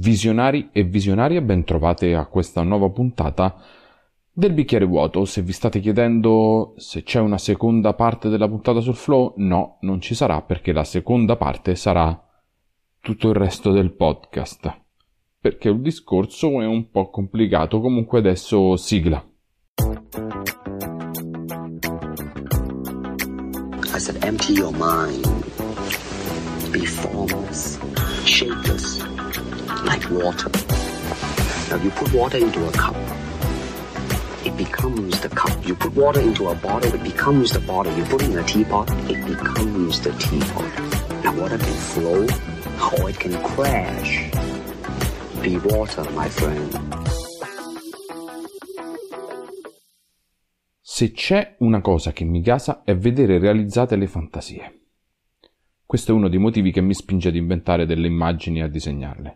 Visionari e visionarie, ben trovate a questa nuova puntata del bicchiere vuoto. Se vi state chiedendo se c'è una seconda parte della puntata sul flow, no, non ci sarà, perché la seconda parte sarà tutto il resto del podcast, perché il discorso è un po' complicato. Comunque adesso sigla. I said empty your mind, be formless, shapeless, like water. Now you put water into a cup, it becomes the cup. You put water into a bottle, it becomes the bottle. You put it in a teapot, it becomes the teapot. Now water can flow or it can crash. Be water, my friend. Se c'è una cosa che mi gasa è vedere realizzate le fantasie. Questo è uno dei motivi che mi spinge ad inventare delle immagini e a disegnarle.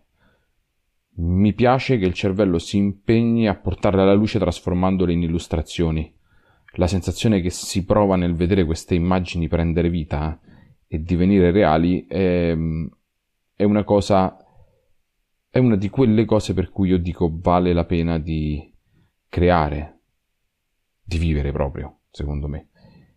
Mi piace che il cervello si impegni a portarle alla luce trasformandole in illustrazioni. La sensazione che si prova nel vedere queste immagini prendere vita e divenire reali è una cosa, è una di quelle cose per cui io dico vale la pena di creare, di vivere proprio, secondo me.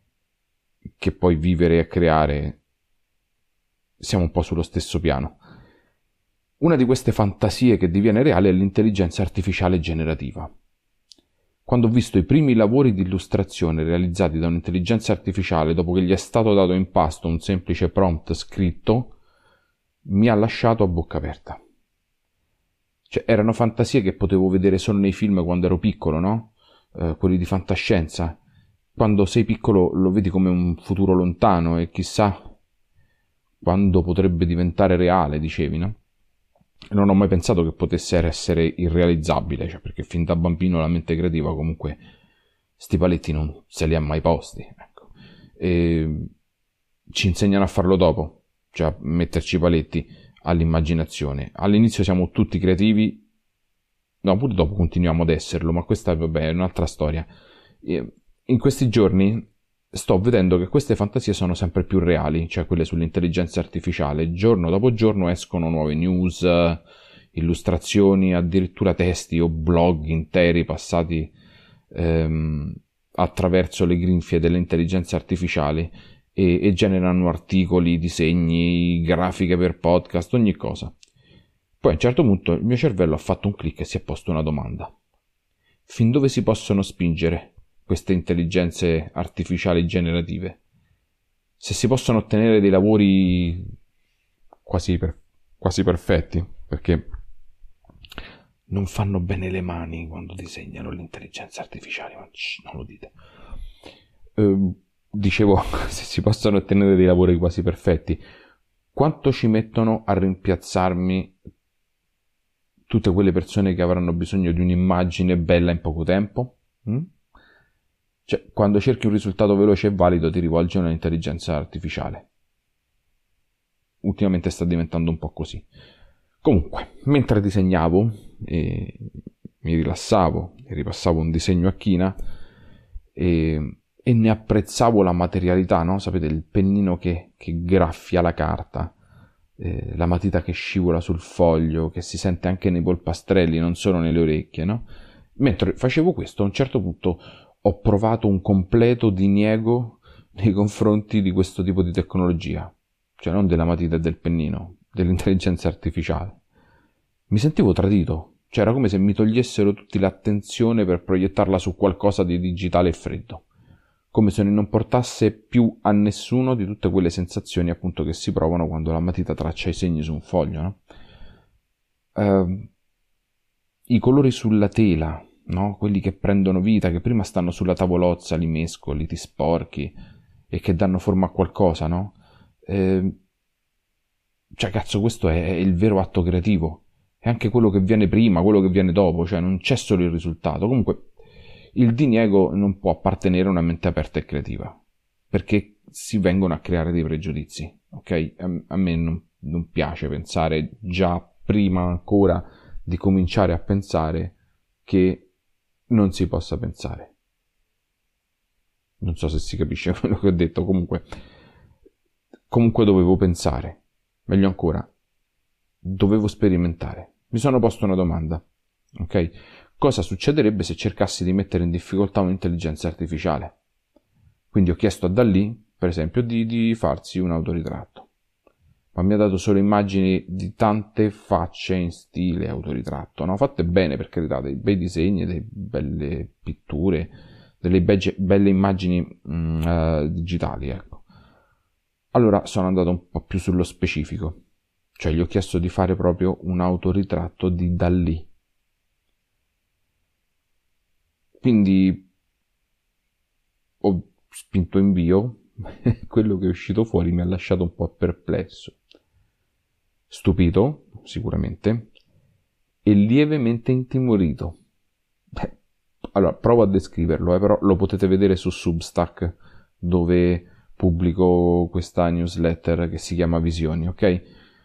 Che poi vivere e creare siamo un po' sullo stesso piano. Una di queste fantasie che diviene reale è l'intelligenza artificiale generativa. Quando ho visto i primi lavori di illustrazione realizzati da un'intelligenza artificiale dopo che gli è stato dato in pasto un semplice prompt scritto, mi ha lasciato a bocca aperta. Cioè, erano fantasie che potevo vedere solo nei film quando ero piccolo, no? Quelli di fantascienza. Quando sei piccolo lo vedi come un futuro lontano e chissà quando potrebbe diventare reale, dicevi, no? Non ho mai pensato che potesse essere irrealizzabile, cioè, perché fin da bambino la mente creativa comunque sti paletti non se li ha mai posti, ecco. E ci insegnano a farlo dopo, cioè a metterci i paletti all'immaginazione. All'inizio siamo tutti creativi, no, pure dopo continuiamo ad esserlo, ma questa vabbè, è un'altra storia. In questi giorni sto vedendo che queste fantasie sono sempre più reali, cioè quelle sull'intelligenza artificiale. Giorno dopo giorno escono nuove news, illustrazioni, addirittura testi o blog interi passati attraverso le grinfie delle intelligenze artificiali e generano articoli, disegni, grafiche per podcast, ogni cosa. Poi a un certo punto il mio cervello ha fatto un click e si è posto una domanda. Fin dove si possono spingere queste intelligenze artificiali generative? Se si possono ottenere dei lavori quasi perfetti, perché non fanno bene le mani quando disegnano le intelligenze artificiali, ma non lo dite. Dicevo, se si possono ottenere dei lavori quasi perfetti, quanto ci mettono a rimpiazzarmi tutte quelle persone che avranno bisogno di un'immagine bella in poco tempo? Cioè, quando cerchi un risultato veloce e valido ti rivolgi a un'intelligenza artificiale. Ultimamente sta diventando un po' così. Comunque, mentre disegnavo e mi rilassavo e ripassavo un disegno a china e ne apprezzavo la materialità, no? Sapete, il pennino che graffia la carta, la matita che scivola sul foglio, che si sente anche nei polpastrelli, non solo nelle orecchie, no? Mentre facevo questo, a un certo punto ho provato un completo diniego nei confronti di questo tipo di tecnologia, cioè non della matita e del pennino, dell'intelligenza artificiale. Mi sentivo tradito, cioè era come se mi togliessero tutti l'attenzione per proiettarla su qualcosa di digitale e freddo, come se non importasse più a nessuno di tutte quelle sensazioni appunto che si provano quando la matita traccia i segni su un foglio, no? I colori sulla tela, no? Quelli che prendono vita, che prima stanno sulla tavolozza, li mescoli, ti sporchi e che danno forma a qualcosa, no? Cioè, cazzo, questo è il vero atto creativo. È anche quello che viene prima, quello che viene dopo, cioè non c'è solo il risultato. Comunque, il diniego non può appartenere a una mente aperta e creativa, perché si vengono a creare dei pregiudizi, ok? A me non piace pensare già prima ancora di cominciare a pensare che non si possa pensare. Non so se si capisce quello che ho detto, comunque dovevo pensare, meglio ancora, dovevo sperimentare, mi sono posto una domanda, ok? Cosa succederebbe se cercassi di mettere in difficoltà un'intelligenza artificiale? Quindi ho chiesto a DALL-E, per esempio, di farsi un autoritratto, ma mi ha dato solo immagini di tante facce in stile autoritratto, no? Fatte bene, per carità, dei bei disegni, delle belle pitture, delle belle immagini digitali, ecco. Allora sono andato un po' più sullo specifico, cioè gli ho chiesto di fare proprio un autoritratto di DALL-E. Quindi ho spinto invio, quello che è uscito fuori mi ha lasciato un po' perplesso, stupito sicuramente e lievemente intimorito. Allora provo a descriverlo, però lo potete vedere su Substack, dove pubblico questa newsletter che si chiama Visioni, ok?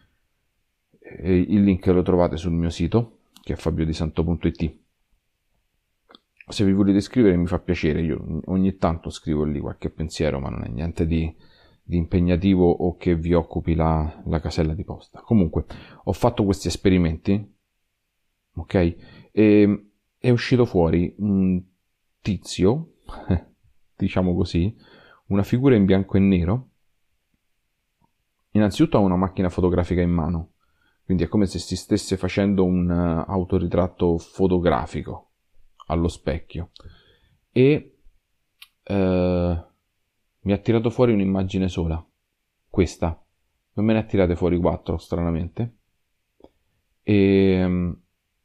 Il link lo trovate sul mio sito, che è fabiodisanto.it. Se vi volete scrivere mi fa piacere, io ogni tanto scrivo lì qualche pensiero, ma non è niente di impegnativo o che vi occupi la casella di posta. Comunque, ho fatto questi esperimenti, ok? E è uscito fuori un tizio, diciamo così, una figura in bianco e nero. Innanzitutto ha una macchina fotografica in mano, quindi è come se si stesse facendo un autoritratto fotografico allo specchio, e mi ha tirato fuori un'immagine sola, questa, non me ne ha tirate fuori 4 stranamente, e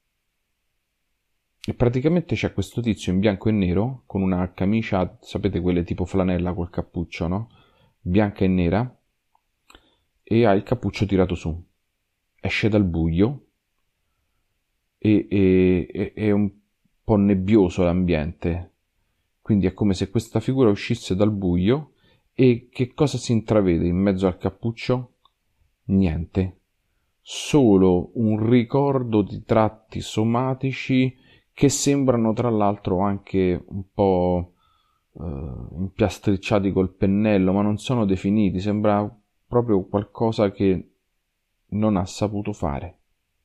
praticamente c'è questo tizio in bianco e nero con una camicia, sapete, quelle tipo flanella col cappuccio, no? Bianca e nera, e ha il cappuccio tirato su, esce dal buio e è un po' nebbioso l'ambiente, quindi è come se questa figura uscisse dal buio. E che cosa si intravede in mezzo al cappuccio? Niente, solo un ricordo di tratti somatici che sembrano tra l'altro anche un po' impiastricciati col pennello, ma non sono definiti, sembra proprio qualcosa che non ha saputo fare.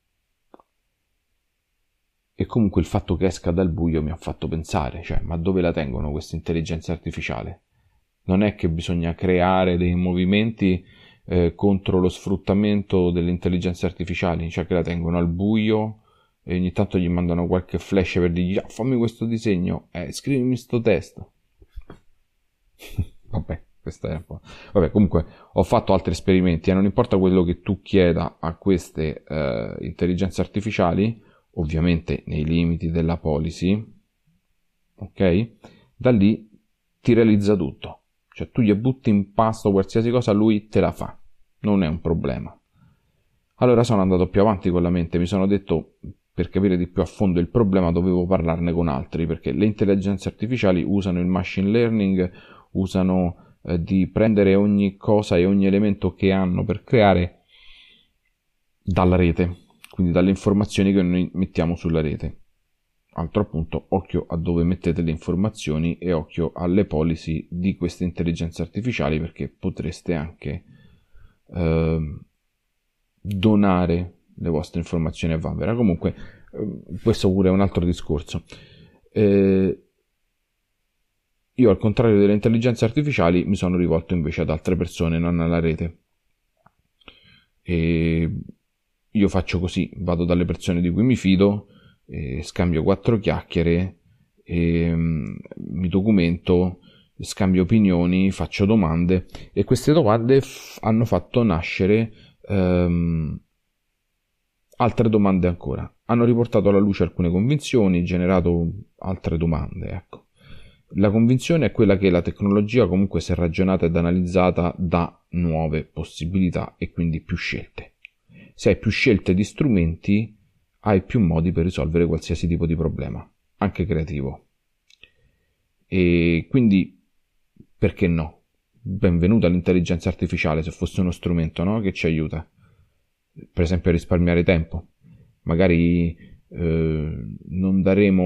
E comunque il fatto che esca dal buio mi ha fatto pensare, cioè, ma dove la tengono questa intelligenza artificiale? Non è che bisogna creare dei movimenti contro lo sfruttamento delle intelligenze artificiali, cioè che la tengono al buio e ogni tanto gli mandano qualche flash per dirgli fammi questo disegno, scrivimi sto testo. Vabbè, questa è un po'. Vabbè, comunque ho fatto altri esperimenti e non importa quello che tu chieda a queste intelligenze artificiali, ovviamente nei limiti della policy, ok? Da lì ti realizza tutto, cioè tu gli butti in pasto qualsiasi cosa, lui te la fa, non è un problema. Allora sono andato più avanti con la mente, mi sono detto, per capire di più a fondo il problema dovevo parlarne con altri, perché le intelligenze artificiali usano il machine learning, usano di prendere ogni cosa e ogni elemento che hanno per creare dalla rete, quindi dalle informazioni che noi mettiamo sulla rete. Altro appunto, occhio a dove mettete le informazioni e occhio alle policy di queste intelligenze artificiali, perché potreste anche donare le vostre informazioni a vanvera. Comunque questo pure è un altro discorso. Io, al contrario delle intelligenze artificiali, mi sono rivolto invece ad altre persone, non alla rete. E io faccio così, vado dalle persone di cui mi fido, scambio 4 chiacchiere, mi documento, scambio opinioni, faccio domande, e queste domande hanno fatto nascere altre domande ancora. Hanno riportato alla luce alcune convinzioni, generato altre domande, ecco. La convinzione è quella che la tecnologia, comunque, se ragionata ed analizzata, dà nuove possibilità e quindi più scelte. Se hai più scelte di strumenti, hai più modi per risolvere qualsiasi tipo di problema, anche creativo. E quindi, perché no? Benvenuta l'intelligenza artificiale, se fosse uno strumento, no? Che ci aiuta. Per esempio a risparmiare tempo. Magari non daremo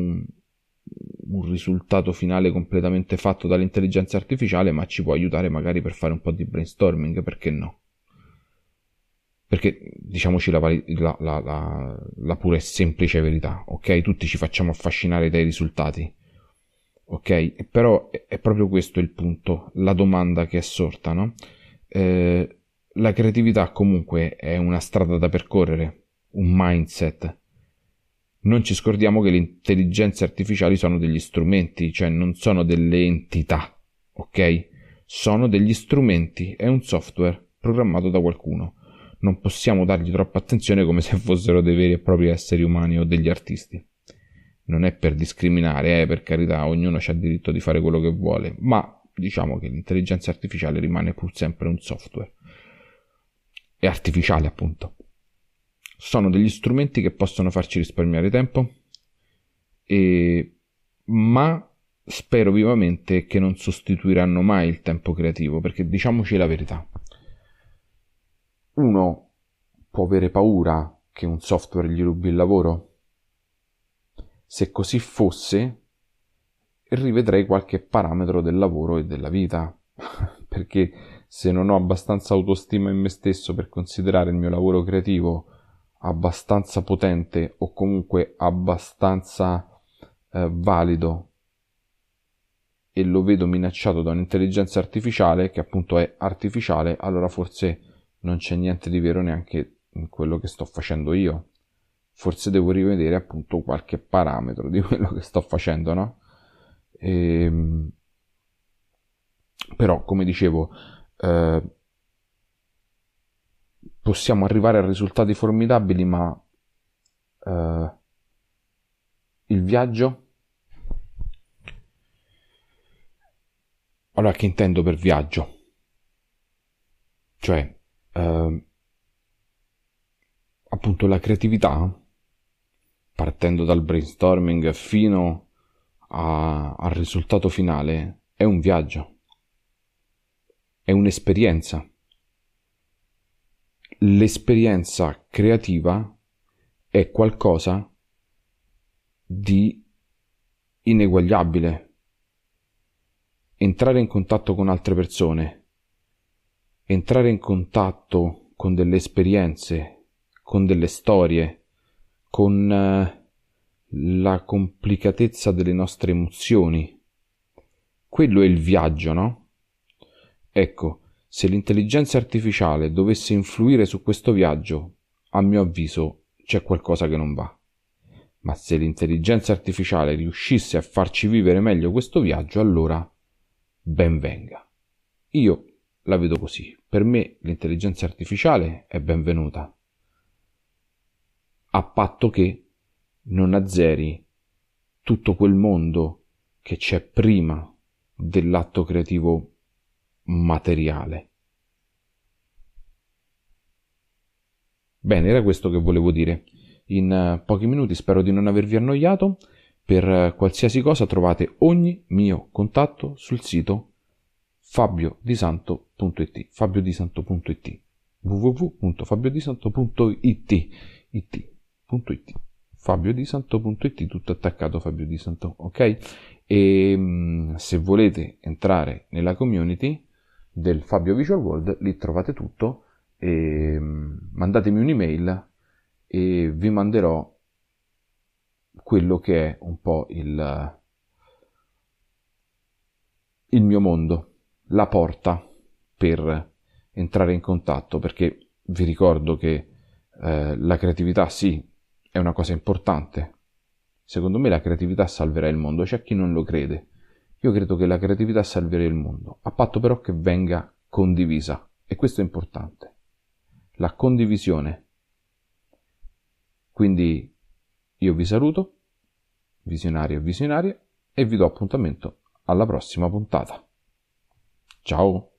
un risultato finale completamente fatto dall'intelligenza artificiale, ma ci può aiutare magari per fare un po' di brainstorming, perché no? Perché diciamoci la pura e semplice verità, ok? Tutti ci facciamo affascinare dai risultati, ok? Però è proprio questo il punto, la domanda che è sorta, no? La creatività comunque è una strada da percorrere, un mindset. Non ci scordiamo che le intelligenze artificiali sono degli strumenti, cioè non sono delle entità, ok? Sono degli strumenti, è un software programmato da qualcuno. Non possiamo dargli troppa attenzione come se fossero dei veri e propri esseri umani o degli artisti. Non è per discriminare, per carità, ognuno ha il diritto di fare quello che vuole, ma diciamo che l'intelligenza artificiale rimane pur sempre un software. È artificiale, appunto. Sono degli strumenti che possono farci risparmiare tempo, ma spero vivamente che non sostituiranno mai il tempo creativo, perché diciamoci la verità. Uno può avere paura che un software gli rubi il lavoro? Se così fosse, rivedrei qualche parametro del lavoro e della vita, perché se non ho abbastanza autostima in me stesso per considerare il mio lavoro creativo abbastanza potente o comunque abbastanza valido e lo vedo minacciato da un'intelligenza artificiale che appunto è artificiale, allora forse non c'è niente di vero neanche in quello che sto facendo io. Forse devo rivedere appunto qualche parametro di quello che sto facendo, no? Però, come dicevo, possiamo arrivare a risultati formidabili, ma il viaggio? Allora, che intendo per viaggio? Cioè, appunto la creatività, partendo dal brainstorming fino al risultato finale, è un viaggio, è un'esperienza. L'esperienza creativa è qualcosa di ineguagliabile. Entrare in contatto con altre persone, entrare in contatto con delle esperienze, con delle storie, con la complicatezza delle nostre emozioni. Quello è il viaggio, no? Ecco, se l'intelligenza artificiale dovesse influire su questo viaggio, a mio avviso c'è qualcosa che non va. Ma se l'intelligenza artificiale riuscisse a farci vivere meglio questo viaggio, allora ben venga. Io la vedo così. Per me l'intelligenza artificiale è benvenuta, a patto che non azzeri tutto quel mondo che c'è prima dell'atto creativo materiale. Bene, era questo che volevo dire. In pochi minuti spero di non avervi annoiato. Per qualsiasi cosa trovate ogni mio contatto sul sito fabiodisanto.it www.fabiodisanto.it fabiodisanto.it, tutto attaccato, Fabio Di Santo, ok? E se volete entrare nella community del Fabio Visual World, lì trovate tutto, e mandatemi un'email e vi manderò quello che è un po' il mio mondo, la porta per entrare in contatto, perché vi ricordo che la creatività sì, è una cosa importante. Secondo me la creatività salverà il mondo, c'è chi non lo crede. Io credo che la creatività salverà il mondo, a patto però che venga condivisa, e questo è importante. La condivisione. Quindi io vi saluto, visionario e visionarie, e vi do appuntamento alla prossima puntata. Ciao!